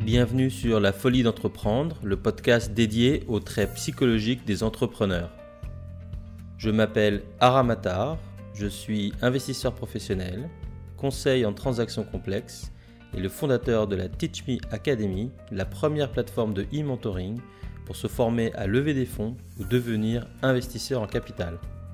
Bienvenue sur La Folie d'entreprendre, le podcast dédié aux traits psychologiques des entrepreneurs. Je m'appelle Aram Attar, je suis investisseur professionnel, conseil en transactions complexes et le fondateur de la Teach Me Academy, la première plateforme de e-mentoring pour se former à lever des fonds ou devenir investisseur en capital.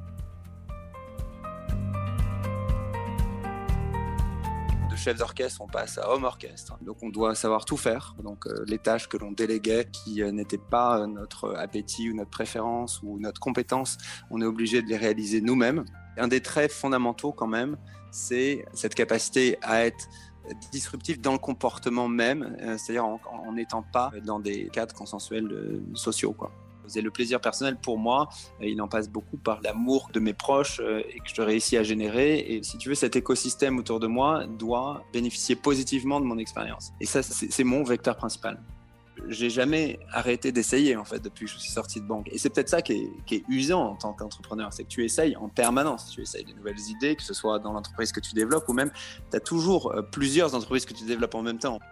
Chef d'orchestre, on passe à homme orchestre. Donc on doit savoir tout faire. Donc les tâches que l'on déléguait qui n'étaient pas notre appétit ou notre préférence ou notre compétence, on est obligé de les réaliser nous-mêmes. Un des traits fondamentaux quand même, c'est cette capacité à être disruptif dans le comportement même, c'est-à-dire en n'étant pas dans des cadres consensuels sociaux, quoi. Et le plaisir personnel pour moi, il en passe beaucoup par l'amour de mes proches et que je réussis à générer. Et si tu veux, cet écosystème autour de moi doit bénéficier positivement de mon expérience. Et ça, c'est mon vecteur principal. J'ai jamais arrêté d'essayer en fait depuis que je suis sorti de banque. Et c'est peut-être ça qui est usant en tant qu'entrepreneur, c'est que tu essayes en permanence. Tu essayes des nouvelles idées, que ce soit dans l'entreprise que tu développes ou même tu as toujours plusieurs entreprises que tu développes en même temps.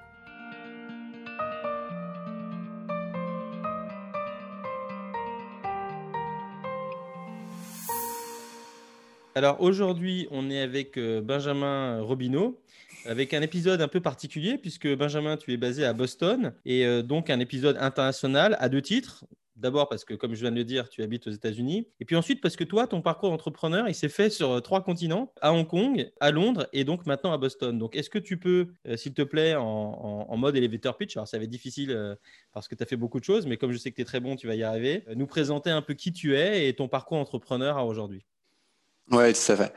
Alors aujourd'hui, on est avec Benjamin Robineau, avec un épisode un peu particulier puisque Benjamin, tu es basé à Boston et donc un épisode international à deux titres. D'abord parce que, comme je viens de le dire, tu habites aux États-Unis. Et puis ensuite parce que toi, ton parcours d'entrepreneur, il s'est fait sur trois continents, à Hong Kong, à Londres et donc maintenant à Boston. Donc est-ce que tu peux, s'il te plaît, en mode elevator pitch, alors ça va être difficile parce que tu as fait beaucoup de choses, mais comme je sais que tu es très bon, tu vas y arriver, nous présenter un peu qui tu es et ton parcours entrepreneur à aujourd'hui. Ouais, tout à fait.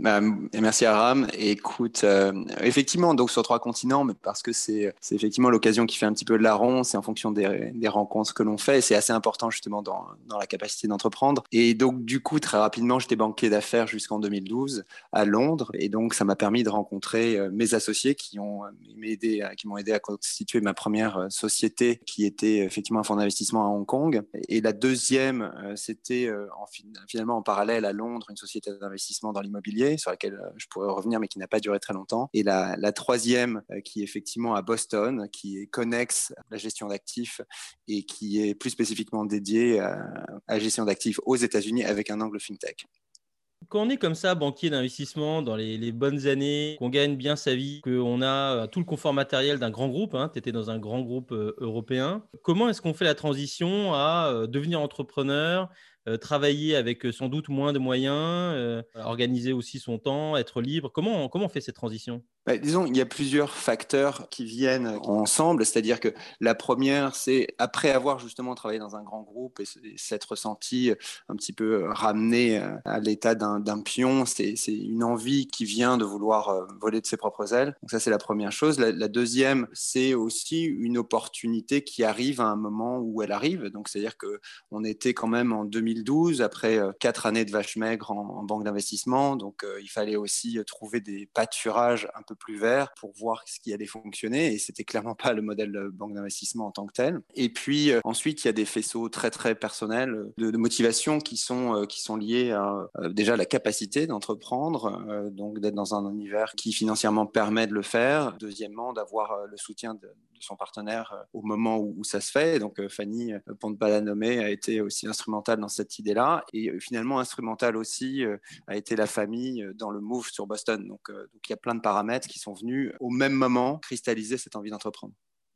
Et merci Aram. Et écoute, effectivement, donc sur trois continents, mais parce que c'est effectivement l'occasion qui fait un petit peu de la ronde, c'est en fonction des rencontres que l'on fait, et c'est assez important justement dans la capacité d'entreprendre. Et donc du coup, très rapidement, j'étais banquier d'affaires jusqu'en 2012 à Londres, et donc ça m'a permis de rencontrer mes associés qui m'ont aidé à constituer ma première société, qui était effectivement un fonds d'investissement à Hong Kong. Et la deuxième, c'était finalement en parallèle à Londres, une société d'investissement dans l'immobilier sur laquelle je pourrais revenir mais qui n'a pas duré très longtemps. Et la troisième qui est effectivement à Boston, qui est connexe à la gestion d'actifs et qui est plus spécifiquement dédiée à la gestion d'actifs aux États-Unis avec un angle fintech. Quand on est comme ça, banquier d'investissement, dans les bonnes années, qu'on gagne bien sa vie, qu'on a tout le confort matériel d'un grand groupe, hein, tu étais dans un grand groupe européen, comment est-ce qu'on fait la transition à devenir entrepreneur, travailler avec sans doute moins de moyens, organiser aussi son temps, être libre? Comment on fait cette transition? Disons, il y a plusieurs facteurs qui viennent ensemble, c'est-à-dire que la première, c'est après avoir justement travaillé dans un grand groupe et s'être senti un petit peu ramené à l'état d'un pion, c'est une envie qui vient de vouloir voler de ses propres ailes. Donc ça, c'est la première chose. La deuxième, c'est aussi une opportunité qui arrive à un moment où elle arrive. Donc c'est-à-dire qu'on était quand même en 2012, après 4 années de vache maigre en banque d'investissement, donc il fallait aussi trouver des pâturages un peu plus vert pour voir ce qui allait fonctionner, et c'était clairement pas le modèle de banque d'investissement en tant que tel. Et puis ensuite il y a des faisceaux très très personnels de motivation qui sont liés à déjà la capacité d'entreprendre, donc d'être dans un univers qui financièrement permet de le faire, deuxièmement d'avoir le soutien de son partenaire au moment où ça se fait. Donc Fanny, pour ne pas la nommer, a été aussi instrumentale dans cette idée-là, et finalement instrumentale aussi a été la famille dans le move sur Boston. Donc il y a plein de paramètres qui sont venus au même moment cristalliser cette envie d'entreprendre.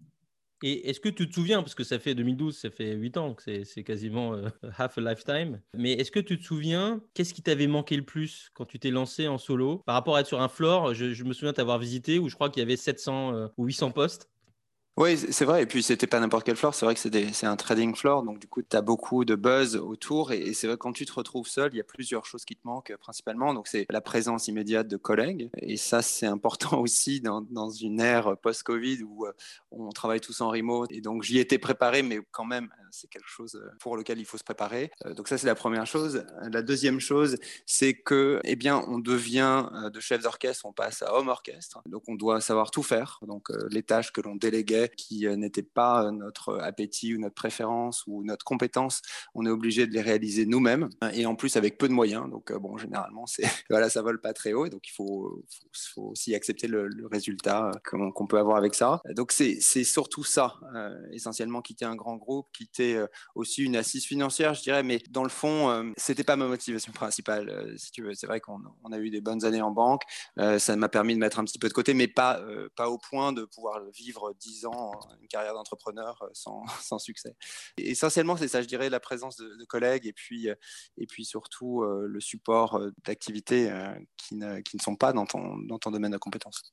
Et est-ce que tu te souviens, parce que ça fait 2012, ça fait 8 ans, donc c'est quasiment half a lifetime, mais est-ce que tu te souviens, qu'est-ce qui t'avait manqué le plus quand tu t'es lancé en solo par rapport à être sur un floor? Je me souviens t'avoir visité où je crois qu'il y avait 700 ou 800 postes. Oui, c'est vrai. Et puis, c'était pas n'importe quel floor. C'est vrai que c'est un trading floor. Donc, du coup, tu as beaucoup de buzz autour. Et c'est vrai que quand tu te retrouves seul, il y a plusieurs choses qui te manquent principalement. Donc, c'est la présence immédiate de collègues. Et ça, c'est important aussi dans une ère post-Covid où on travaille tous en remote. Et donc, j'y étais préparé, mais quand même, c'est quelque chose pour lequel il faut se préparer. Donc ça, c'est la première chose. La deuxième chose, c'est que, eh bien, on devient de chef d'orchestre, on passe à homme orchestre. Donc on doit savoir tout faire. Donc les tâches que l'on déléguait, qui n'étaient pas notre appétit ou notre préférence ou notre compétence, on est obligé de les réaliser nous-mêmes et en plus avec peu de moyens. Donc bon, généralement, voilà, ça vole pas très haut. Et donc il faut aussi accepter le résultat qu'on peut avoir avec ça. Donc c'est surtout ça, essentiellement, quitter un grand groupe, quitter aussi une assise financière, je dirais, mais dans le fond, c'était pas ma motivation principale, si tu veux. C'est vrai qu'on a eu des bonnes années en banque, ça m'a permis de mettre un petit peu de côté, mais pas au point de pouvoir vivre 10 ans, une carrière d'entrepreneur sans succès. Et essentiellement, c'est ça, je dirais, la présence de collègues et puis surtout le support d'activités qui ne sont pas dans ton domaine de compétences.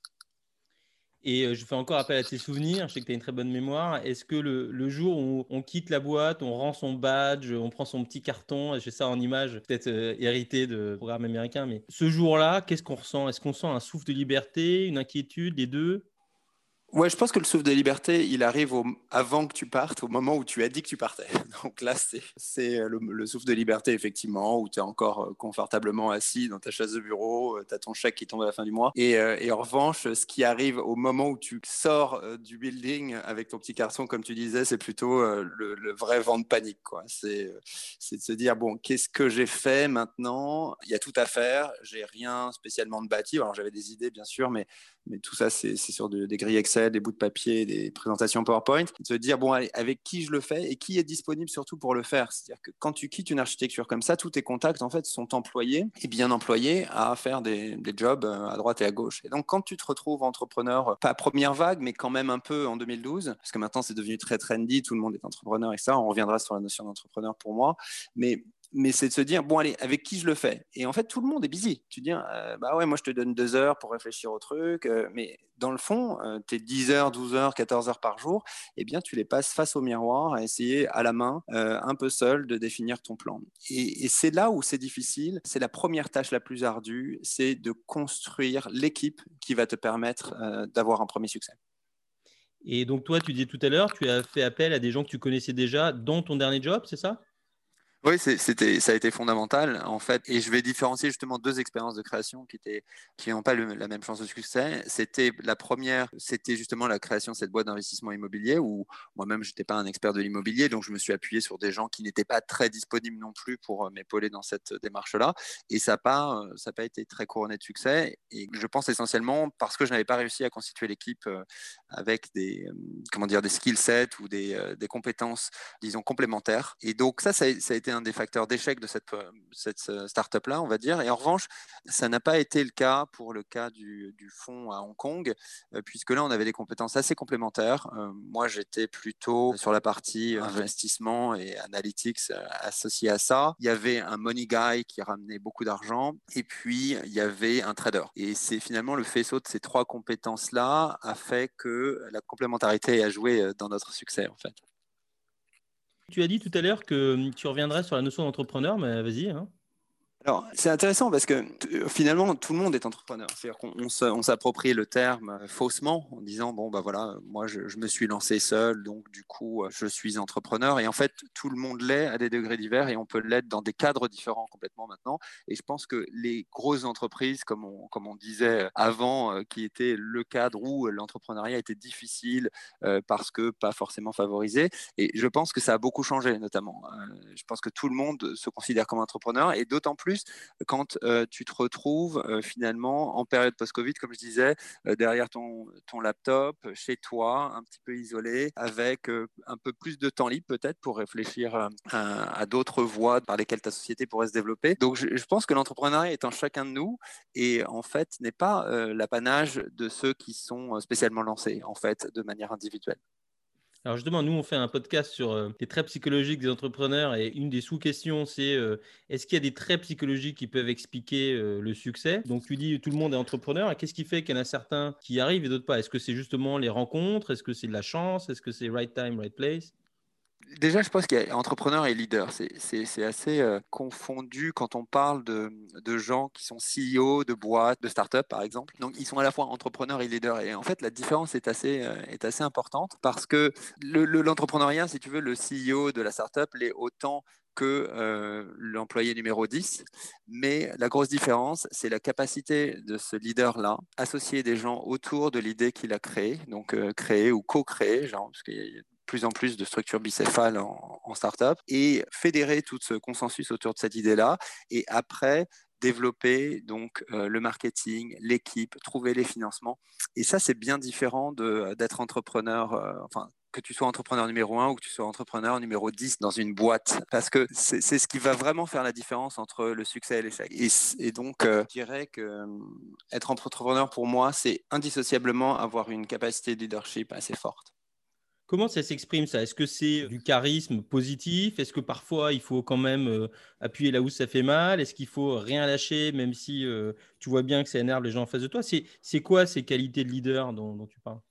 Et je fais encore appel à tes souvenirs. Je sais que tu as une très bonne mémoire. Est-ce que le jour où on quitte la boîte, on rend son badge, on prend son petit carton, j'ai ça en image, peut-être hérité de programme américain, mais ce jour-là, qu'est-ce qu'on ressent? Est-ce qu'on sent un souffle de liberté, une inquiétude, les deux? Ouais, je pense que le souffle de liberté, il arrive avant que tu partes, au moment où tu as dit que tu partais. Donc là, c'est le souffle de liberté, effectivement, où tu es encore confortablement assis dans ta chaise de bureau, tu as ton chèque qui tombe à la fin du mois. Et en revanche, ce qui arrive au moment où tu sors du building avec ton petit garçon, comme tu disais, c'est plutôt le vrai vent de panique, quoi. C'est de se dire, bon, qu'est-ce que j'ai fait maintenant? Il y a tout à faire, j'ai rien spécialement de bâti. Alors j'avais des idées, bien sûr, mais tout ça, c'est sur des grilles Excel, des bouts de papier, des présentations PowerPoint. De se dire, bon, allez, avec qui je le fais et qui est disponible surtout pour le faire. C'est-à-dire que quand tu quittes une architecture comme ça, tous tes contacts, en fait, sont employés et bien employés à faire des jobs à droite et à gauche. Et donc, quand tu te retrouves entrepreneur, pas première vague, mais quand même un peu en 2012, parce que maintenant, c'est devenu très trendy, tout le monde est entrepreneur et ça, on reviendra sur la notion d'entrepreneur pour moi. Mais c'est de se dire, bon, allez, avec qui je le fais? Et en fait, tout le monde est busy. Tu dis, bah ouais, moi, je te donne 2 heures pour réfléchir au truc. Mais dans le fond, tes 10 heures, 12 heures, 14 heures par jour, eh bien, tu les passes face au miroir à essayer à la main, un peu seul, de définir ton plan. Et c'est là où c'est difficile. C'est la première tâche la plus ardue, c'est de construire l'équipe qui va te permettre d'avoir un premier succès. Et donc toi, tu disais tout à l'heure, tu as fait appel à des gens que tu connaissais déjà dans ton dernier job, c'est ça? Oui, ça a été fondamental en fait, et je vais différencier justement 2 expériences de création qui n'ont pas la même chance de succès. C'était la première, c'était justement la création de cette boîte d'investissement immobilier où moi-même j'étais pas un expert de l'immobilier, donc je me suis appuyé sur des gens qui n'étaient pas très disponibles non plus pour m'épauler dans cette démarche-là, et ça n'a pas été très couronné de succès. Et je pense essentiellement parce que je n'avais pas réussi à constituer l'équipe avec des skill sets ou des compétences, disons, complémentaires. Et donc ça a été un des facteurs d'échec de cette start-up-là, on va dire. Et en revanche, ça n'a pas été le cas pour le cas du fonds à Hong Kong, puisque là, on avait des compétences assez complémentaires. Moi, j'étais plutôt sur la partie investissement et analytics associée à ça. Il y avait un money guy qui ramenait beaucoup d'argent, et puis il y avait un trader. Et c'est finalement le faisceau de ces 3 compétences-là a fait que la complémentarité a joué dans notre succès, en fait. Tu as dit tout à l'heure que tu reviendrais sur la notion d'entrepreneur, mais vas-y, hein. Alors, c'est intéressant parce que finalement, tout le monde est entrepreneur. C'est-à-dire on s'approprie le terme faussement en disant, bon, bah voilà, moi, je me suis lancé seul, donc du coup, je suis entrepreneur. Et en fait, tout le monde l'est à des degrés divers et on peut l'être dans des cadres différents complètement maintenant. Et je pense que les grosses entreprises, comme on disait avant, qui étaient le cadre où l'entrepreneuriat était difficile parce que pas forcément favorisé. Et je pense que ça a beaucoup changé, notamment. Je pense que tout le monde se considère comme entrepreneur et d'autant plus quand tu te retrouves finalement en période post-Covid, comme je disais, derrière ton laptop, chez toi, un petit peu isolé, avec un peu plus de temps libre peut-être pour réfléchir à d'autres voies par lesquelles ta société pourrait se développer. Donc je pense que l'entrepreneuriat est en chacun de nous et en fait n'est pas l'apanage de ceux qui sont spécialement lancés en fait de manière individuelle. Alors justement, nous, on fait un podcast sur les traits psychologiques des entrepreneurs et une des sous-questions, c'est est-ce qu'il y a des traits psychologiques qui peuvent expliquer le succès? Donc tu dis tout le monde est entrepreneur, et qu'est-ce qui fait qu'il y en a certains qui y arrivent et d'autres pas? Est-ce que c'est justement les rencontres? Est-ce que c'est de la chance? Est-ce que c'est right time, right place? Déjà, je pense qu'il y a entrepreneur et leader. C'est assez confondu quand on parle de gens qui sont CEO de boîtes, de start-up, par exemple. Donc, ils sont à la fois entrepreneurs et leaders. Et en fait, la différence est assez importante parce que l'entrepreneuriat, si tu veux, le CEO de la start-up l'est autant que l'employé numéro 10. Mais la grosse différence, c'est la capacité de ce leader-là, associer des gens autour de l'idée qu'il a créée, donc créer ou co-créer, genre, parce qu'il y a plus en plus de structures bicéphales en start-up et fédérer tout ce consensus autour de cette idée-là et après développer donc le marketing, l'équipe, trouver les financements. Et ça, c'est bien différent d'être entrepreneur, enfin, que tu sois entrepreneur numéro 1 ou que tu sois entrepreneur numéro 10 dans une boîte. Parce que c'est ce qui va vraiment faire la différence entre le succès et l'échec. Et donc, je dirais que être entrepreneur, pour moi, c'est indissociablement avoir une capacité de leadership assez forte. Comment ça s'exprime ça? Est-ce que c'est du charisme positif? Est-ce que parfois il faut quand même appuyer là où ça fait mal? Est-ce qu'il faut rien lâcher même si tu vois bien que ça énerve les gens en face de toi? C'est quoi ces qualités de leader dont tu parles?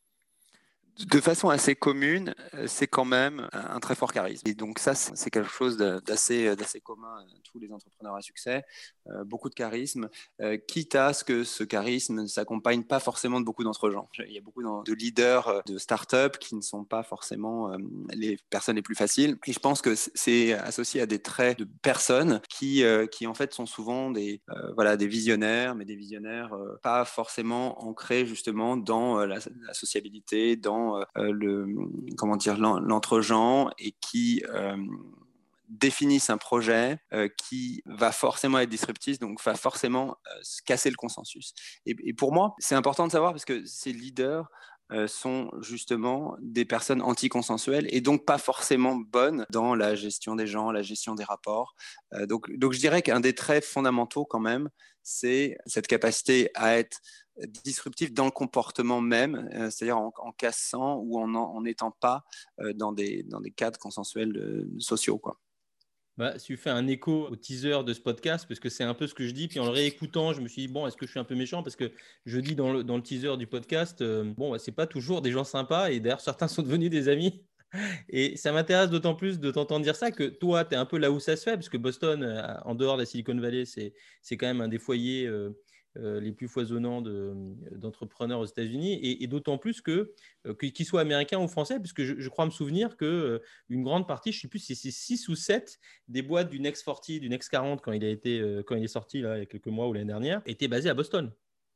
De façon assez commune, c'est quand même un très fort charisme. Et donc ça, c'est quelque chose d'assez commun à tous les entrepreneurs à succès. Beaucoup de charisme, quitte à ce que ce charisme ne s'accompagne pas forcément de beaucoup d'entre-gens. Il y a beaucoup de leaders de start-up qui ne sont pas forcément les personnes les plus faciles. Et je pense que c'est associé à des traits de personnes qui en fait sont souvent voilà, des visionnaires, mais des visionnaires pas forcément ancrés justement dans la sociabilité, dans comment dire, l'entre-gens et qui définissent un projet qui va forcément être disruptif, donc va forcément se casser le consensus. Et pour moi, c'est important de savoir parce que ces leaders sont justement des personnes anticonsensuelles et donc pas forcément bonnes dans la gestion des gens, la gestion des rapports. Donc je dirais qu'un des traits fondamentaux quand même, c'est cette capacité à être disruptif dans le comportement même, c'est-à-dire en cassant ou en n'étant pas dans des cadres consensuels sociaux, quoi. Bah, tu fais un écho au teaser de ce podcast parce que c'est un peu ce que je dis. Puis en le réécoutant, je me suis dit, bon, est-ce que je suis un peu méchant? Parce que je dis dans le teaser du podcast, bon, bah, c'est pas toujours des gens sympas et d'ailleurs, certains sont devenus des amis. Et ça m'intéresse d'autant plus de t'entendre dire ça que toi, tu es un peu là où ça se fait, parce que Boston, en dehors de la Silicon Valley, c'est quand même un des foyers les plus foisonnants d'entrepreneurs aux États-Unis, et d'autant plus qu'ils soient américains ou français, puisque je crois me souvenir que une grande partie, je ne sais plus si c'est 6 ou 7 des boîtes du Next 40, du Next 40, quand il est sorti là, il y a quelques mois ou l'année dernière, étaient basées à Boston.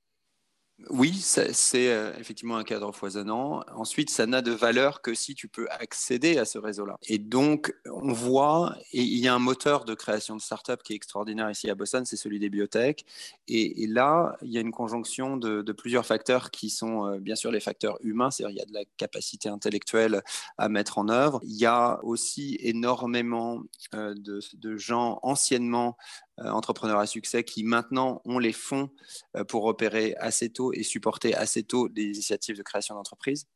Oui, c'est effectivement un cadre foisonnant. Ensuite, ça n'a de valeur que si tu peux accéder à ce réseau-là. Et donc, on voit, et il y a un moteur de création de start-up qui est extraordinaire ici à Boston, c'est celui des biotech. Et là, il y a une conjonction de plusieurs facteurs qui sont bien sûr les facteurs humains, c'est-à-dire il y a de la capacité intellectuelle à mettre en œuvre. Il y a aussi énormément de gens anciennement entrepreneurs à succès qui maintenant ont les fonds pour repérer assez tôt et supporter assez tôt des initiatives de création d'entreprise.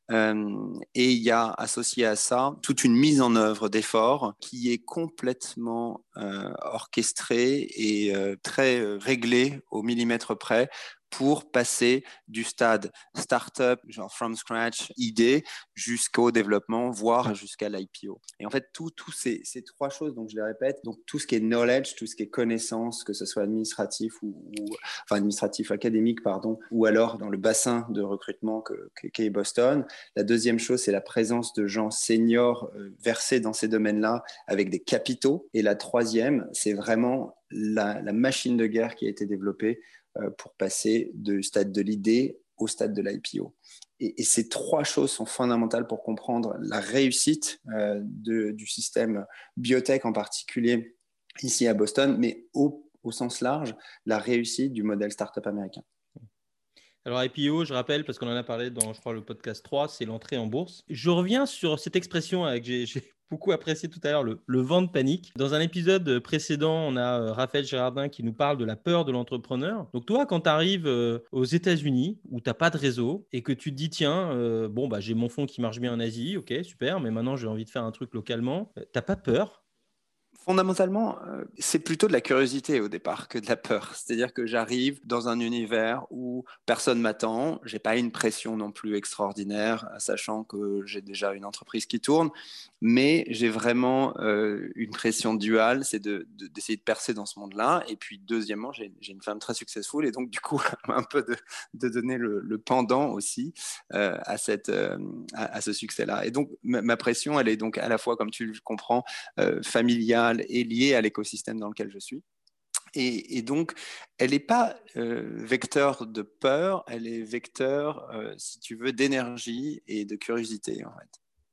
Et il y a associé à ça toute une mise en œuvre d'efforts qui est complètement orchestrée et très réglée au millimètre près pour passer du stade startup, genre from scratch, idée, jusqu'au développement, voire jusqu'à l'IPO. Et en fait, tous ces trois choses, donc je les répète, donc tout ce qui est knowledge, tout ce qui est connaissance, que ce soit administratif enfin administratif académique, pardon, ou alors dans le bassin de recrutement qu'est Boston. La deuxième chose, c'est la présence de gens seniors versés dans ces domaines-là avec des capitaux. Et la troisième, c'est vraiment la machine de guerre qui a été développée pour passer du stade de l'idée au stade de l'IPO. Et ces trois choses sont fondamentales pour comprendre la réussite du système biotech en particulier ici à Boston, mais au sens large, la réussite du modèle startup américain. Alors, IPO, je rappelle, parce qu'on en a parlé dans, je crois, le podcast 3, c'est l'entrée en bourse. Je reviens sur cette expression que j'ai beaucoup apprécié tout à l'heure, le vent de panique. Dans un épisode précédent, on a Raphaël Gérardin qui nous parle de la peur de l'entrepreneur. Donc, toi, quand tu arrives aux États-Unis, où tu n'as pas de réseau, et que tu te dis, tiens, bon, bah, j'ai mon fonds qui marche bien en Asie, ok, super, mais maintenant j'ai envie de faire un truc localement, t'as pas peur? Fondamentalement, c'est plutôt de la curiosité au départ que de la peur. C'est-à-dire que j'arrive dans un univers où personne m'attend, j'ai pas une pression non plus extraordinaire, sachant que j'ai déjà une entreprise qui tourne, mais j'ai vraiment une pression duale, c'est d'essayer de percer dans ce monde-là. Et puis deuxièmement, j'ai une femme très successful et donc du coup un peu de donner le pendant aussi à ce succès-là. Et donc ma pression, elle est donc à la fois, comme tu le comprends, familiale et liée à l'écosystème dans lequel je suis. Et donc, elle n'est pas vecteur de peur, elle est vecteur, si tu veux, d'énergie et de curiosité, en fait.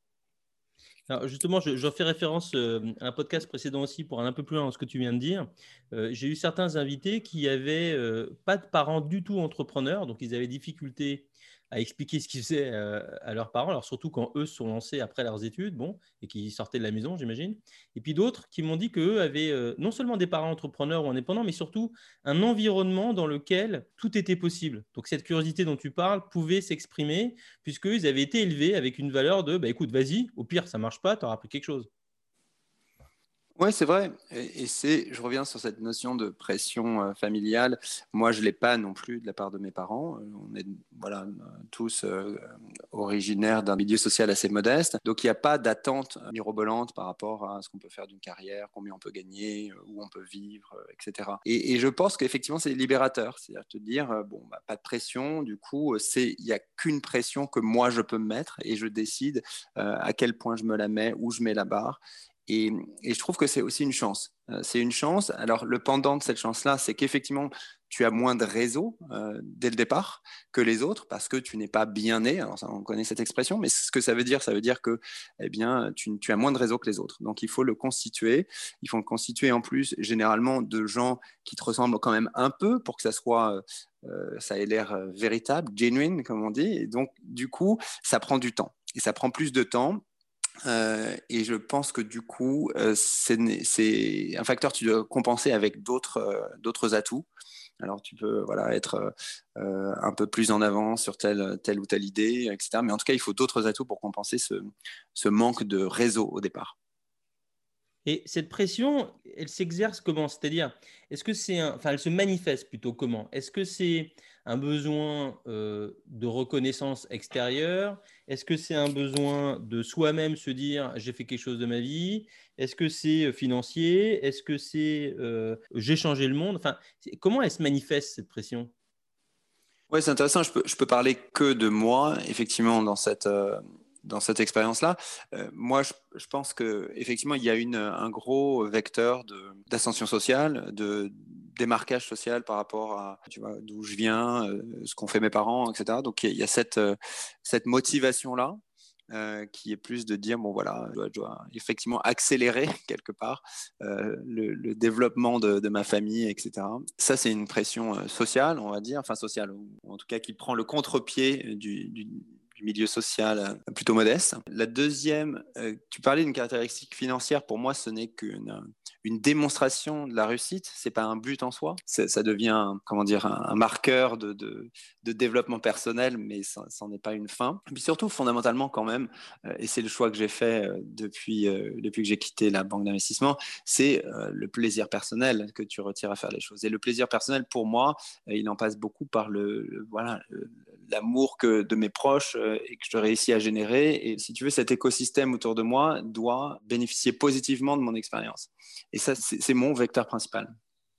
Alors justement, je fais référence à un podcast précédent aussi pour aller un peu plus loin dans ce que tu viens de dire. J'ai eu certains invités qui avaient pas de parents du tout entrepreneurs, donc ils avaient difficulté à expliquer ce qu'ils faisaient à leurs parents, alors surtout quand eux se sont lancés après leurs études, bon, et qui sortaient de la maison, j'imagine. Et puis d'autres qui m'ont dit qu'eux avaient non seulement des parents entrepreneurs ou indépendants, mais surtout un environnement dans lequel tout était possible. Donc cette curiosité dont tu parles pouvait s'exprimer puisqu'ils avaient été élevés avec une valeur de bah, écoute, vas-y, au pire, ça marche pas, tu auras appris quelque chose. Oui, c'est vrai. Je reviens sur cette notion de pression familiale. Moi, je l'ai pas non plus de la part de mes parents. On est voilà tous originaires d'un milieu social assez modeste, donc il n'y a pas d'attente mirobolante par rapport à ce qu'on peut faire d'une carrière, combien on peut gagner, où on peut vivre, etc. Et je pense qu'effectivement, c'est libérateur, c'est-à-dire te dire bon, bah, pas de pression. Du coup, il n'y a qu'une pression que moi je peux me mettre et je décide à quel point je me la mets, où je mets la barre. Et je trouve que c'est aussi une chance. C'est une chance. Alors, le pendant de cette chance-là, c'est qu'effectivement, tu as moins de réseau dès le départ que les autres parce que tu n'es pas bien né. Alors, ça, on connaît cette expression, mais ce que ça veut dire que eh bien, tu as moins de réseau que les autres. Donc, il faut le constituer. Il faut le constituer en plus, généralement, de gens qui te ressemblent quand même un peu pour que ça soit. Ça ait l'air véritable, genuine, comme on dit. Et donc, du coup, ça prend du temps. Et ça prend plus de temps et je pense que du coup, c'est un facteur que tu dois compenser avec d'autres atouts. Alors tu peux voilà, être un peu plus en avance sur telle ou telle idée, etc. Mais en tout cas, il faut d'autres atouts pour compenser ce manque de réseau au départ. Et cette pression, elle s'exerce comment? C'est-à-dire, est-ce que enfin, elle se manifeste plutôt comment? Est-ce que c'est un besoin de reconnaissance extérieure? Est-ce que c'est un besoin de soi-même se dire j'ai fait quelque chose de ma vie? Est-ce que c'est financier? Est-ce que c'est j'ai changé le monde? Enfin, comment elle se manifeste cette pression? Oui, c'est intéressant. Je peux parler que de moi, effectivement, dans cette expérience-là. Moi, je pense que effectivement, il y a un gros vecteur d'ascension sociale, de démarquage social par rapport à, tu vois, d'où je viens, ce qu'ont fait mes parents, etc. Donc, il y a cette motivation-là. Qui est plus de dire bon voilà je dois effectivement accélérer quelque part le développement de ma famille, etc. Ça, c'est une pression sociale, on va dire, enfin sociale, ou en tout cas qui prend le contre-pied du milieu social plutôt modeste. La deuxième, tu parlais d'une caractéristique financière, pour moi, ce n'est qu'une démonstration de la réussite, c'est pas un but en soi, ça devient, comment dire, un marqueur de développement personnel, mais ça n'en est pas une fin. Et puis surtout, fondamentalement, quand même, et c'est le choix que j'ai fait depuis que j'ai quitté la banque d'investissement, c'est le plaisir personnel que tu retires à faire les choses. Et le plaisir personnel, pour moi, il en passe beaucoup par voilà, l'amour de mes proches et que je réussis à générer. Et si tu veux, cet écosystème autour de moi doit bénéficier positivement de mon expérience. Et ça, c'est mon vecteur principal.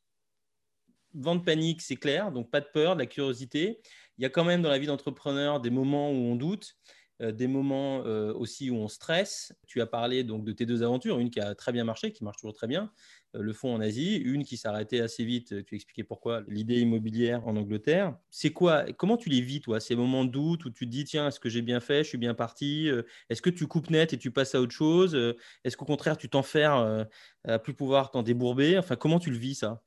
Vent de panique, c'est clair, donc pas de peur, de la curiosité. Il y a quand même dans la vie d'entrepreneur des moments où on doute, des moments aussi où on stresse. Tu as parlé donc de tes deux aventures, une qui a très bien marché, qui marche toujours très bien, le fonds en Asie, une qui s'est arrêtée assez vite, tu expliquais pourquoi, l'idée immobilière en Angleterre. C'est quoi, comment tu les vis, toi, ces moments de doute où tu te dis, tiens, est-ce que j'ai bien fait, je suis bien parti, est-ce que tu coupes net et tu passes à autre chose, est-ce qu'au contraire, tu t'enfermes à plus pouvoir t'en débourber, enfin, comment tu le vis, ça?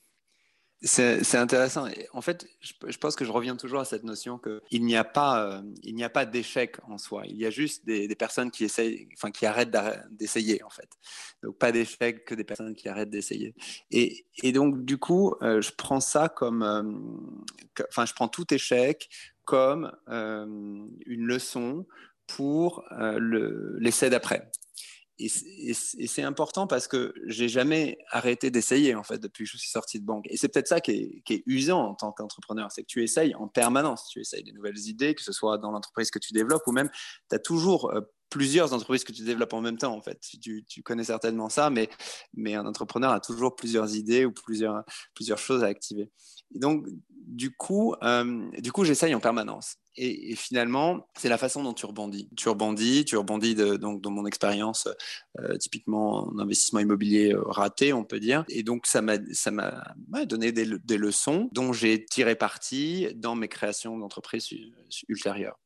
C'est intéressant. Et en fait, je pense que je reviens toujours à cette notion qu'il n'y a pas, il n'y a pas d'échec en soi. Il y a juste des personnes qui essayent, enfin, qui arrêtent d'essayer, en fait. Donc, pas d'échec que des personnes qui arrêtent d'essayer. Et donc, du coup, je prends ça comme, enfin, je prends tout échec comme une leçon pour l'essai d'après. Et c'est important parce que j'ai jamais arrêté d'essayer en fait depuis que je suis sorti de banque. Et c'est peut-être ça qui est usant en tant qu'entrepreneur, c'est que tu essayes en permanence. Tu essayes des nouvelles idées, que ce soit dans l'entreprise que tu développes ou même tu as toujours plusieurs entreprises que tu développes en même temps en fait. Tu connais certainement ça, mais un entrepreneur a toujours plusieurs idées ou plusieurs choses à activer. Et donc, du coup, j'essaye en permanence. Et finalement, c'est la façon dont tu rebondis. Tu rebondis donc, dans mon expérience, typiquement en investissement immobilier raté, on peut dire. Et donc, ça m'a donné des leçons dont j'ai tiré parti dans mes créations d'entreprises ultérieures.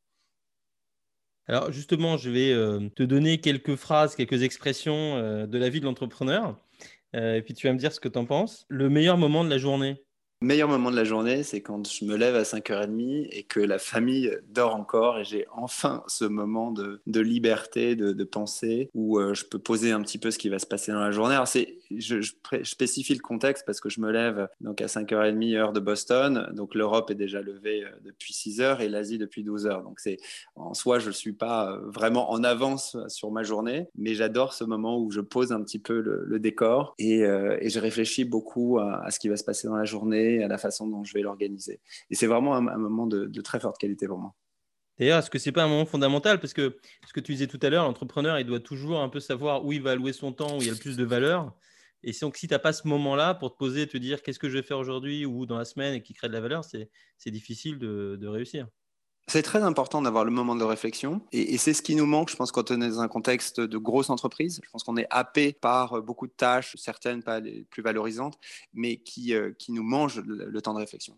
Alors justement, je vais te donner quelques phrases, quelques expressions de la vie de l'entrepreneur. Et puis tu vas me dire ce que tu en penses. Le meilleur moment de la journée. Le meilleur moment de la journée, c'est quand je me lève à 5h30 et que la famille dort encore et j'ai enfin ce moment de liberté, de pensée où je peux poser un petit peu ce qui va se passer dans la journée. Alors, je spécifie le contexte parce que je me lève donc à 5h30 heure de Boston. Donc, l'Europe est déjà levée depuis 6h et l'Asie depuis 12h. Donc, en soi, je ne suis pas vraiment en avance sur ma journée, mais j'adore ce moment où je pose un petit peu le décor et je réfléchis beaucoup à ce qui va se passer dans la journée, à la façon dont je vais l'organiser. Et c'est vraiment un moment de très forte qualité pour moi. D'ailleurs, est-ce que ce n'est pas un moment fondamental? Parce que ce que tu disais tout à l'heure, l'entrepreneur, il doit toujours un peu savoir où il va allouer son temps, où il y a le plus de valeur. Et donc, si tu n'as pas ce moment-là pour te poser, te dire qu'est-ce que je vais faire aujourd'hui ou dans la semaine et qui crée de la valeur, c'est difficile de réussir. C'est très important d'avoir le moment de réflexion et c'est ce qui nous manque, je pense, quand on est dans un contexte de grosse entreprise. Je pense qu'on est happé par beaucoup de tâches, certaines pas les plus valorisantes, mais qui nous mangent le temps de réflexion.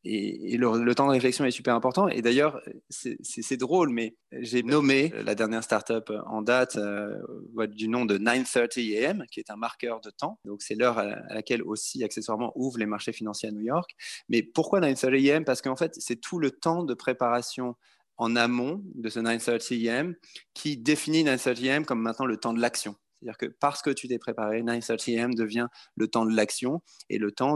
Et le temps de réflexion est super important. Et d'ailleurs, c'est drôle, mais j'ai nommé la dernière startup en date du nom de 9:30 a.m., qui est un marqueur de temps. Donc, c'est l'heure à laquelle aussi, accessoirement, ouvrent les marchés financiers à New York. Mais pourquoi 9:30 a.m.? Parce qu'en fait, c'est tout le temps de préparation en amont de ce 9:30 a.m. qui définit 9:30 a.m. comme maintenant le temps de l'action. C'est-à-dire que parce que tu t'es préparé, 9:30 a.m. devient le temps de l'action et le temps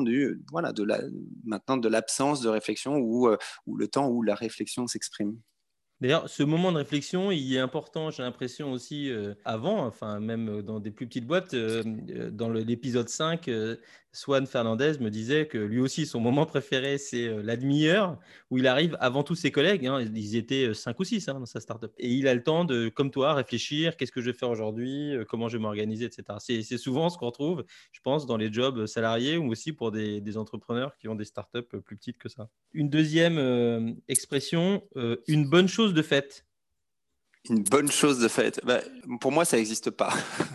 maintenant de l'absence de réflexion ou le temps où la réflexion s'exprime. D'ailleurs, ce moment de réflexion, il est important, j'ai l'impression aussi avant, enfin même dans des plus petites boîtes. Dans l'épisode 5, Swan Fernandez me disait que lui aussi, son moment préféré, c'est la demi-heure où il arrive avant tous ses collègues. Hein, ils étaient 5 ou 6 dans sa startup. Et il a le temps de, comme toi, réfléchir, qu'est-ce que je vais faire aujourd'hui, comment je vais m'organiser, etc. C'est souvent ce qu'on retrouve, je pense, dans les jobs salariés ou aussi pour des entrepreneurs qui ont des startups plus petites que ça. Une deuxième expression, une bonne chose de faite. Une bonne chose de fait. Pour moi, ça n'existe pas,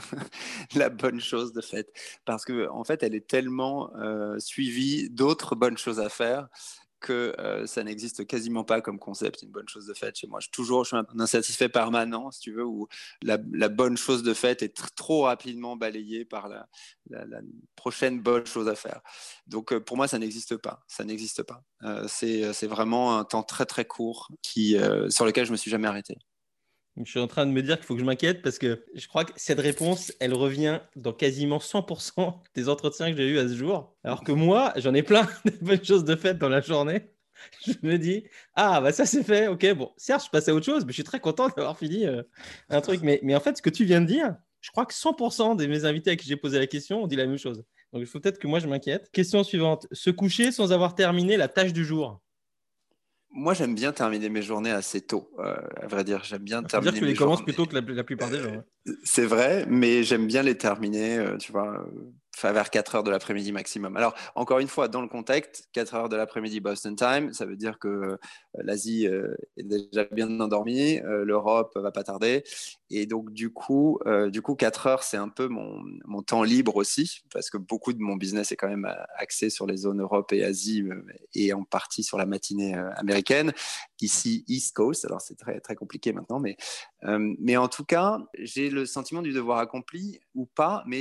la bonne chose de fait. Parce qu'en fait, elle est tellement suivie d'autres bonnes choses à faire que ça n'existe quasiment pas comme concept, une bonne chose de faite chez moi. Je suis un insatisfait permanent, si tu veux, où la bonne chose de faite est trop rapidement balayée par la prochaine bonne chose à faire. Donc pour moi, ça n'existe pas. Ça n'existe pas. C'est vraiment un temps très très court sur lequel je me suis jamais arrêté. Je suis en train de me dire qu'il faut que je m'inquiète parce que je crois que cette réponse, elle revient dans quasiment 100% des entretiens que j'ai eus à ce jour. Alors que moi, j'en ai plein de bonnes choses de faites dans la journée. Je me dis, ah, bah ça c'est fait, ok, bon, certes, je passe à autre chose, mais je suis très content d'avoir fini un truc. Mais en fait, ce que tu viens de dire, je crois que 100% de mes invités à qui j'ai posé la question ont dit la même chose. Donc il faut peut-être que moi je m'inquiète. Question suivante, se coucher sans avoir terminé la tâche du jour. Moi, j'aime bien terminer mes journées assez tôt. À vrai dire, j'aime bien Il faut dire que terminer tu les mes commences journées. plutôt que la plupart des gens. Ouais. C'est vrai, mais j'aime bien les terminer, tu vois, vers 4 heures de l'après-midi maximum. Alors, encore une fois, dans le contexte, 4 heures de l'après-midi Boston Time, ça veut dire que l'Asie est déjà bien endormie, l'Europe va pas tarder. Et donc, du coup 4 heures, c'est un peu mon temps libre aussi, parce que beaucoup de mon business est quand même axé sur les zones Europe et Asie, et en partie sur la matinée américaine. Ici, East Coast, alors c'est très, très compliqué maintenant, mais en tout cas, j'ai le sentiment du devoir accompli ou pas, mais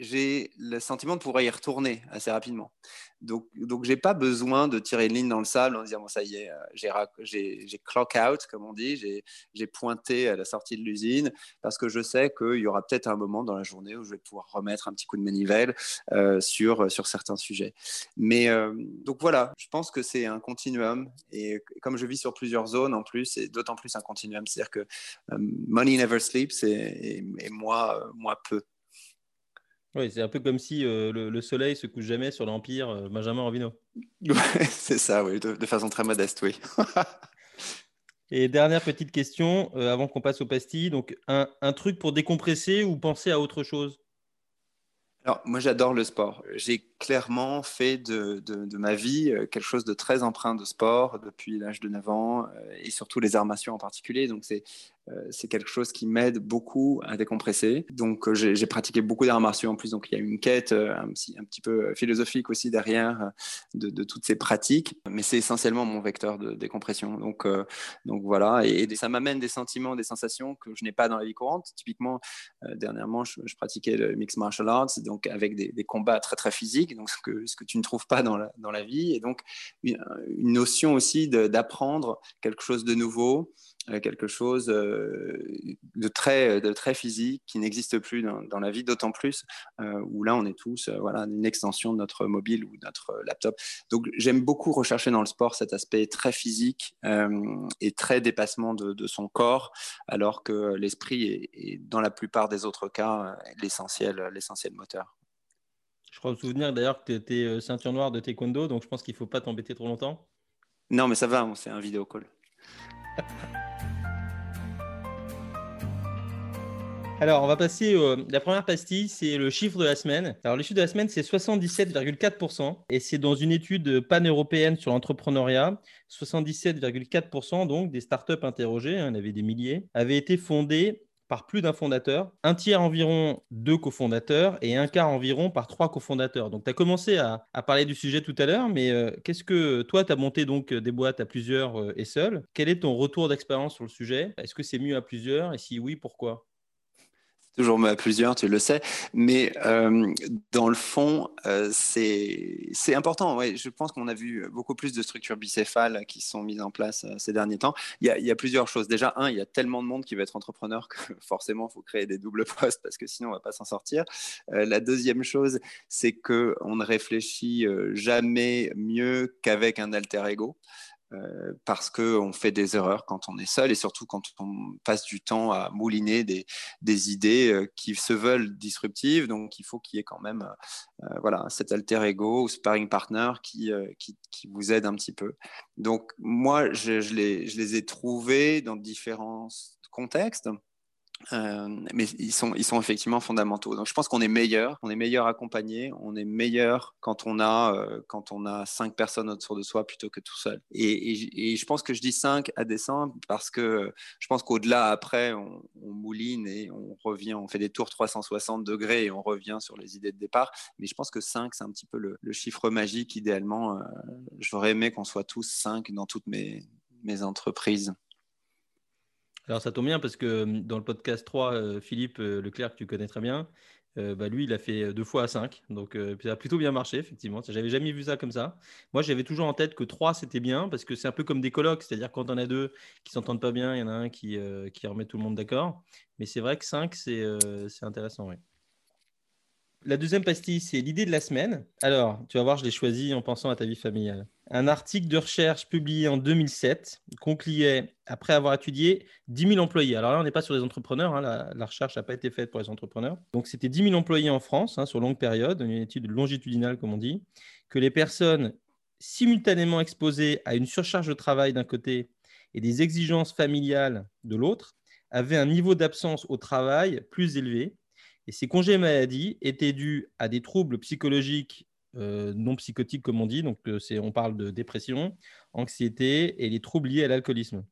j'ai le sentiment de pouvoir y retourner assez rapidement. Donc j'ai pas besoin de tirer une ligne dans le sable en disant bon, ça y est, j'ai clock out, comme on dit, j'ai pointé à la sortie de l'usine, parce que je sais qu'il y aura peut-être un moment dans la journée où je vais pouvoir remettre un petit coup de manivelle sur certains sujets. Mais donc voilà, je pense que c'est un continuum, et comme je vis sur plusieurs zones en plus, c'est d'autant plus un continuum, c'est-à-dire que money never sleeps, et moi peu. Oui, c'est un peu comme si le soleil se couche jamais sur l'Empire Benjamin Robino. Ouais, c'est ça, oui, de façon très modeste, oui. Et dernière petite question, avant qu'on passe aux pastilles. Donc, un truc pour décompresser ou penser à autre chose? Alors, moi, j'adore le sport. J'ai clairement fait de ma vie quelque chose de très empreint de sport depuis l'âge de 9 ans, et surtout les arts martiaux en particulier. Donc, c'est quelque chose qui m'aide beaucoup à décompresser. Donc, j'ai pratiqué beaucoup d'arts martiaux en plus. Donc, il y a une quête un petit peu philosophique aussi derrière de toutes ces pratiques. Mais c'est essentiellement mon vecteur de décompression. Donc voilà. Et ça m'amène des sentiments, des sensations que je n'ai pas dans la vie courante. Typiquement, dernièrement, je pratiquais le mixed martial arts, donc avec des combats très très physiques, donc ce que tu ne trouves pas dans la vie, et donc une notion aussi d'apprendre quelque chose de nouveau, quelque chose de très physique qui n'existe plus dans la vie, d'autant plus où là on est tous voilà, une extension de notre mobile ou de notre laptop. Donc j'aime beaucoup rechercher dans le sport cet aspect très physique et très dépassement de son corps, alors que l'esprit est dans la plupart des autres cas l'essentiel moteur. Je crois me souvenir d'ailleurs que tu étais ceinture noire de taekwondo, donc je pense qu'il ne faut pas t'embêter trop longtemps. Non, mais ça va, c'est un vidéo call. Alors, on va passer. La première pastille, c'est le chiffre de la semaine. Alors, le chiffre de la semaine, c'est 77,4%. Et c'est dans une étude pan-européenne sur l'entrepreneuriat. 77,4% donc des startups interrogées, hein, il y en avait des milliers, avaient été fondées par plus d'un fondateur, un tiers environ deux cofondateurs et un quart environ par trois cofondateurs. Donc, tu as commencé à parler du sujet tout à l'heure, mais qu'est-ce que toi, tu as monté donc des boîtes à plusieurs et seul. Quel est ton retour d'expérience sur le sujet? Est-ce que c'est mieux à plusieurs? Et si oui, pourquoi? Toujours à plusieurs, tu le sais, mais dans le fond, c'est important. Ouais, je pense qu'on a vu beaucoup plus de structures bicéphales qui sont mises en place ces derniers temps. Il y a plusieurs choses. Déjà, il y a tellement de monde qui veut être entrepreneur que forcément, il faut créer des doubles postes parce que sinon, on va pas s'en sortir. La deuxième chose, c'est que on ne réfléchit jamais mieux qu'avec un alter ego. Parce qu'on fait des erreurs quand on est seul, et surtout quand on passe du temps à mouliner des idées qui se veulent disruptives. Donc il faut qu'il y ait quand même voilà, cet alter ego ou sparring partner qui vous aide un petit peu. Donc moi, je les ai trouvés dans différents contextes. Mais ils sont effectivement fondamentaux. Donc je pense qu'on est meilleur accompagné, on est meilleur quand on a 5 personnes autour de soi plutôt que tout seul. Et je pense que je dis 5 à dessein parce que je pense qu'au-delà, après, on mouline et on revient, on fait des tours 360 degrés et on revient sur les idées de départ. Mais je pense que 5, c'est un petit peu le chiffre magique. Idéalement, j'aurais aimé qu'on soit tous 5 dans toutes mes entreprises. Alors, ça tombe bien parce que dans le podcast 3, Philippe Leclerc, que tu connais très bien, bah, lui, il a fait 2 fois à 5. Donc, ça a plutôt bien marché, effectivement. J'avais jamais vu ça comme ça. Moi, j'avais toujours en tête que 3, c'était bien parce que c'est un peu comme des colocs. C'est-à-dire, quand on a deux qui s'entendent pas bien, il y en a un qui remet tout le monde d'accord. Mais c'est vrai que 5, c'est intéressant, oui. La deuxième pastille, c'est l'idée de la semaine. Alors, tu vas voir, je l'ai choisi en pensant à ta vie familiale. Un article de recherche publié en 2007 concluait, après avoir étudié 10 000 employés. Alors là, on n'est pas sur les entrepreneurs, hein, la recherche n'a pas été faite pour les entrepreneurs. Donc, c'était 10 000 employés en France, hein, sur longue période, une étude longitudinale, comme on dit, que les personnes simultanément exposées à une surcharge de travail d'un côté et des exigences familiales de l'autre avaient un niveau d'absence au travail plus élevé. Et ces congés maladie étaient dus à des troubles psychologiques non psychotiques, comme on dit. Donc, on parle de dépression, anxiété et les troubles liés à l'alcoolisme.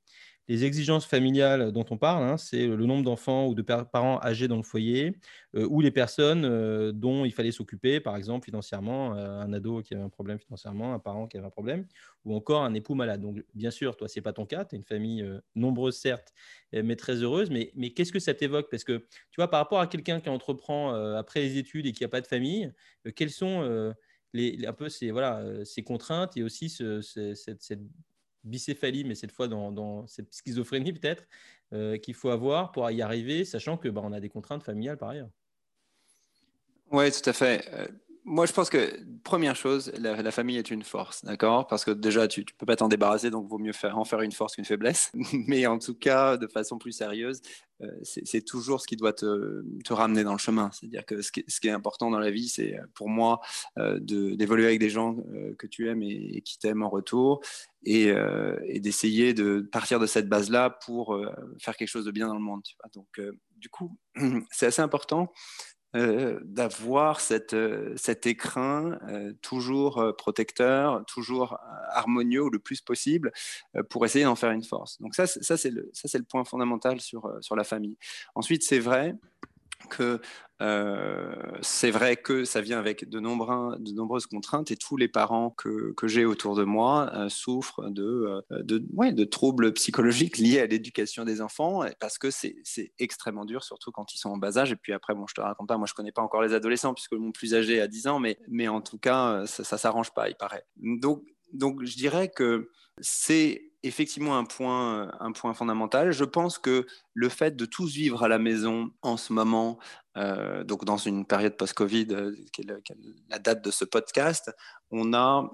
les exigences familiales dont on parle, hein, c'est le nombre d'enfants ou de parents âgés dans le foyer, ou les personnes dont il fallait s'occuper, par exemple financièrement, un ado qui avait un problème financièrement, un parent qui avait un problème, ou encore un époux malade. Donc, bien sûr, toi, ce n'est pas ton cas, tu as une famille nombreuse, certes, mais très heureuse. Mais qu'est-ce que ça t'évoque? Parce que, tu vois, par rapport à quelqu'un qui entreprend après les études et qui n'a pas de famille, quelles sont un peu voilà, ces contraintes et aussi cette bicéphalie, mais cette fois dans cette schizophrénie peut-être, qu'il faut avoir pour y arriver, sachant que on a des contraintes familiales par ailleurs. Oui, tout à fait. Moi, je pense que, première chose, la famille est une force, d'accord? Parce que déjà, tu ne peux pas t'en débarrasser, donc vaut mieux en faire une force qu'une faiblesse. Mais en tout cas, de façon plus sérieuse, c'est toujours ce qui doit te ramener dans le chemin. C'est-à-dire que ce qui est important dans la vie, c'est pour moi d'évoluer avec des gens que tu aimes et qui t'aiment en retour, et d'essayer de partir de cette base-là pour faire quelque chose de bien dans le monde. Tu vois. Donc, du coup, c'est assez important d'avoir cet écrin toujours protecteur, toujours harmonieux le plus possible pour essayer d'en faire une force. Donc ça c'est le point fondamental sur la famille. Ensuite, que c'est vrai que ça vient avec de nombreuses contraintes, et tous les parents que j'ai autour de moi souffrent de troubles psychologiques liés à l'éducation des enfants, parce que c'est extrêmement dur, surtout quand ils sont en bas âge. Et puis après, bon, je te raconte pas, moi je connais pas encore les adolescents puisque mon plus âgé a 10 ans, mais en tout cas, ça s'arrange pas, il paraît. Donc je dirais que c'est effectivement un point fondamental. Je pense que le fait de tous vivre à la maison en ce moment, donc dans une période post-Covid, qui est la date de ce podcast, on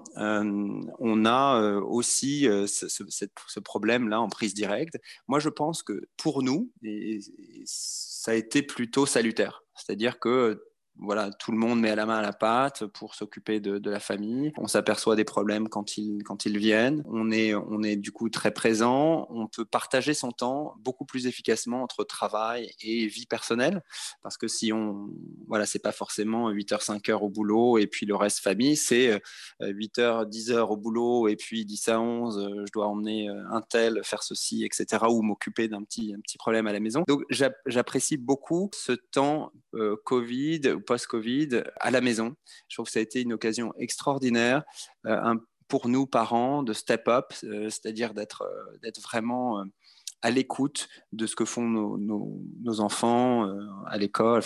a aussi ce problème-là en prise directe. Moi, je pense que pour nous, ça a été plutôt salutaire. C'est-à-dire que voilà, tout le monde met la main à la pâte pour s'occuper de la famille. On s'aperçoit des problèmes quand ils viennent. On est du coup très présent. On peut partager son temps beaucoup plus efficacement entre travail et vie personnelle. Parce que voilà, c'est pas forcément 8h, 5h au boulot et puis le reste famille. C'est 8h, 10h au boulot et puis 10 à 11, je dois emmener un tel faire ceci, etc. ou m'occuper un petit problème à la maison. Donc, j'apprécie beaucoup ce temps Covid ou post-Covid à la maison. Je trouve que ça a été une occasion extraordinaire pour nous, parents, de step up, c'est-à-dire d'être vraiment à l'écoute de ce que font nos enfants à l'école,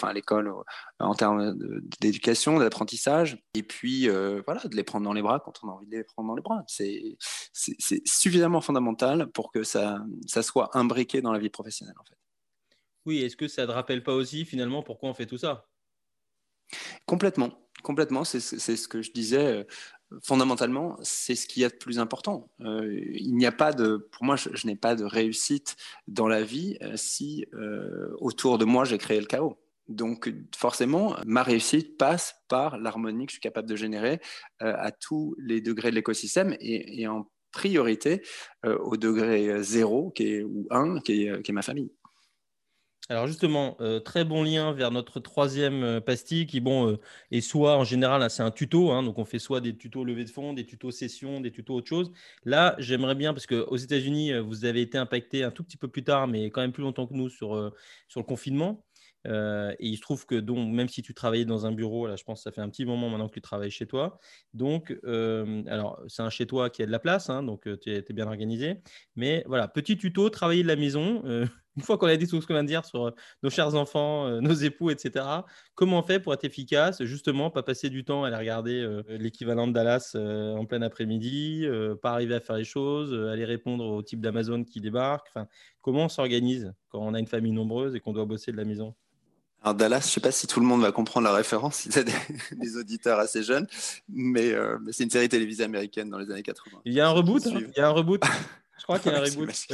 en termes d'éducation, d'apprentissage, et puis voilà, de les prendre dans les bras quand on a envie de les prendre dans les bras. C'est suffisamment fondamental pour que ça soit imbriqué dans la vie professionnelle, en fait. Oui, est-ce que ça ne te rappelle pas aussi finalement pourquoi on fait tout ça? Complètement, complètement. C'est ce que je disais. Fondamentalement, c'est ce qu'il y a de plus important. Il n'y a pas pour moi, je n'ai pas de réussite dans la vie si autour de moi j'ai créé le chaos. Donc forcément, ma réussite passe par l'harmonie que je suis capable de générer à tous les degrés de l'écosystème, et en priorité au degré 0 ou 1 qui est ma famille. Alors justement, très bon lien vers notre troisième pastille qui, est soit en général, hein, c'est un tuto, hein, donc on fait soit des tutos levée de fonds, des tutos session, des tutos autre chose. Là, j'aimerais bien, parce qu'aux États-Unis, vous avez été impacté un tout petit peu plus tard, mais quand même plus longtemps que nous sur le confinement. Et il se trouve que donc, même si tu travaillais dans un bureau, là, je pense que ça fait un petit moment maintenant que tu travailles chez toi. Donc, alors, c'est un chez toi qui a de la place, hein, donc tu es bien organisé. Mais voilà, petit tuto, travailler de la maison. Une fois qu'on a dit tout ce qu'on vient de dire sur nos chers enfants, nos époux, etc., comment on fait pour être efficace, justement, pas passer du temps à aller regarder l'équivalent de Dallas en plein après-midi, pas arriver à faire les choses, aller répondre au type d'Amazon qui débarque. Enfin, comment on s'organise quand on a une famille nombreuse et qu'on doit bosser de la maison? Alors Dallas, je ne sais pas si tout le monde va comprendre la référence, si c'est des auditeurs assez jeunes, mais c'est une série télévisée américaine dans les années 80, Il y pour a un ceux qui reboot, hein. suivent. Il y a un reboot. Je crois qu'il y a un Ouais, reboot. j'imagine.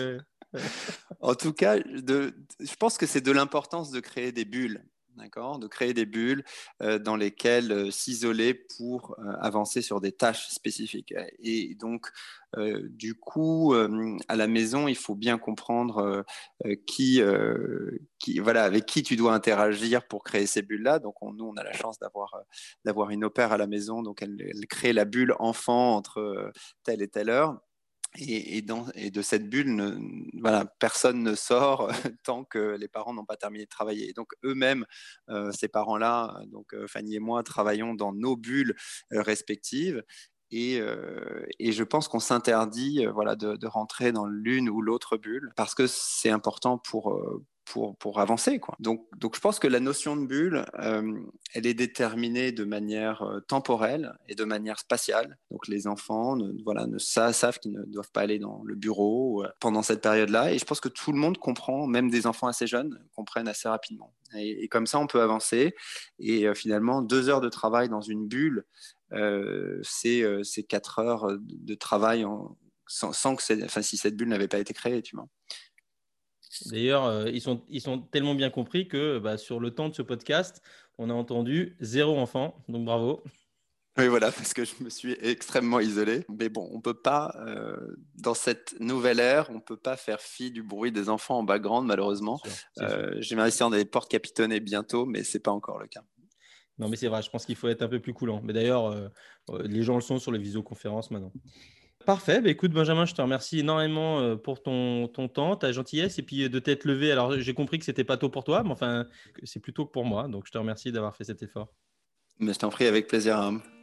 En tout cas, je pense que c'est de l'importance de créer des bulles, d'accord, de créer des bulles dans lesquelles s'isoler pour avancer sur des tâches spécifiques. Et donc, du coup, à la maison, il faut bien comprendre voilà, avec qui tu dois interagir pour créer ces bulles-là. Donc, nous, on a la chance d'avoir une opère à la maison, donc elle crée la bulle enfant entre telle et telle heure. Et de cette bulle, voilà, personne ne sort tant que les parents n'ont pas terminé de travailler. Et donc eux-mêmes, ces parents-là, donc Fanny et moi, travaillons dans nos bulles respectives. Et je pense qu'on s'interdit voilà, de rentrer dans l'une ou l'autre bulle parce que c'est important pour avancer, quoi. Donc, je pense que la notion de bulle, elle est déterminée de manière temporelle et de manière spatiale. Donc les enfants savent qu'ils ne doivent pas aller dans le bureau pendant cette période-là. Et je pense que tout le monde comprend, même des enfants assez jeunes, comprennent assez rapidement. Et comme ça, on peut avancer. Et finalement, 2 heures de travail dans une bulle, c'est 4 heures de travail sans que si cette bulle n'avait pas été créée, tu vois. D'ailleurs, ils sont tellement bien compris que sur le temps de ce podcast, on a entendu 0 enfant. Donc bravo. Oui, voilà, parce que je me suis extrêmement isolé. Mais bon, on peut pas, dans cette nouvelle ère, on peut pas faire fi du bruit des enfants en background, malheureusement. C'est sûr. Je vais investir dans des portes capitonnées bientôt, mais c'est pas encore le cas. Non, mais c'est vrai, je pense qu'il faut être un peu plus coulant. Mais d'ailleurs, les gens le sont sur les visioconférences maintenant. Parfait. Écoute, Benjamin, je te remercie énormément pour ton temps, ta gentillesse et puis de t'être levé. Alors, j'ai compris que c'était pas tôt pour toi, mais enfin, c'est plutôt que pour moi. Donc, je te remercie d'avoir fait cet effort. Mais je t'en prie, avec plaisir.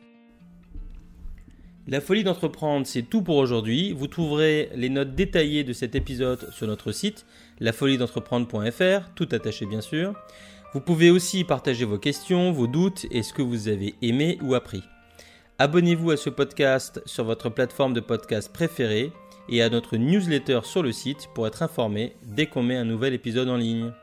La folie d'entreprendre, c'est tout pour aujourd'hui. Vous trouverez les notes détaillées de cet épisode sur notre site, lafoliedentreprendre.fr, tout attaché bien sûr. Vous pouvez aussi partager vos questions, vos doutes et ce que vous avez aimé ou appris. Abonnez-vous à ce podcast sur votre plateforme de podcast préférée et à notre newsletter sur le site pour être informé dès qu'on met un nouvel épisode en ligne.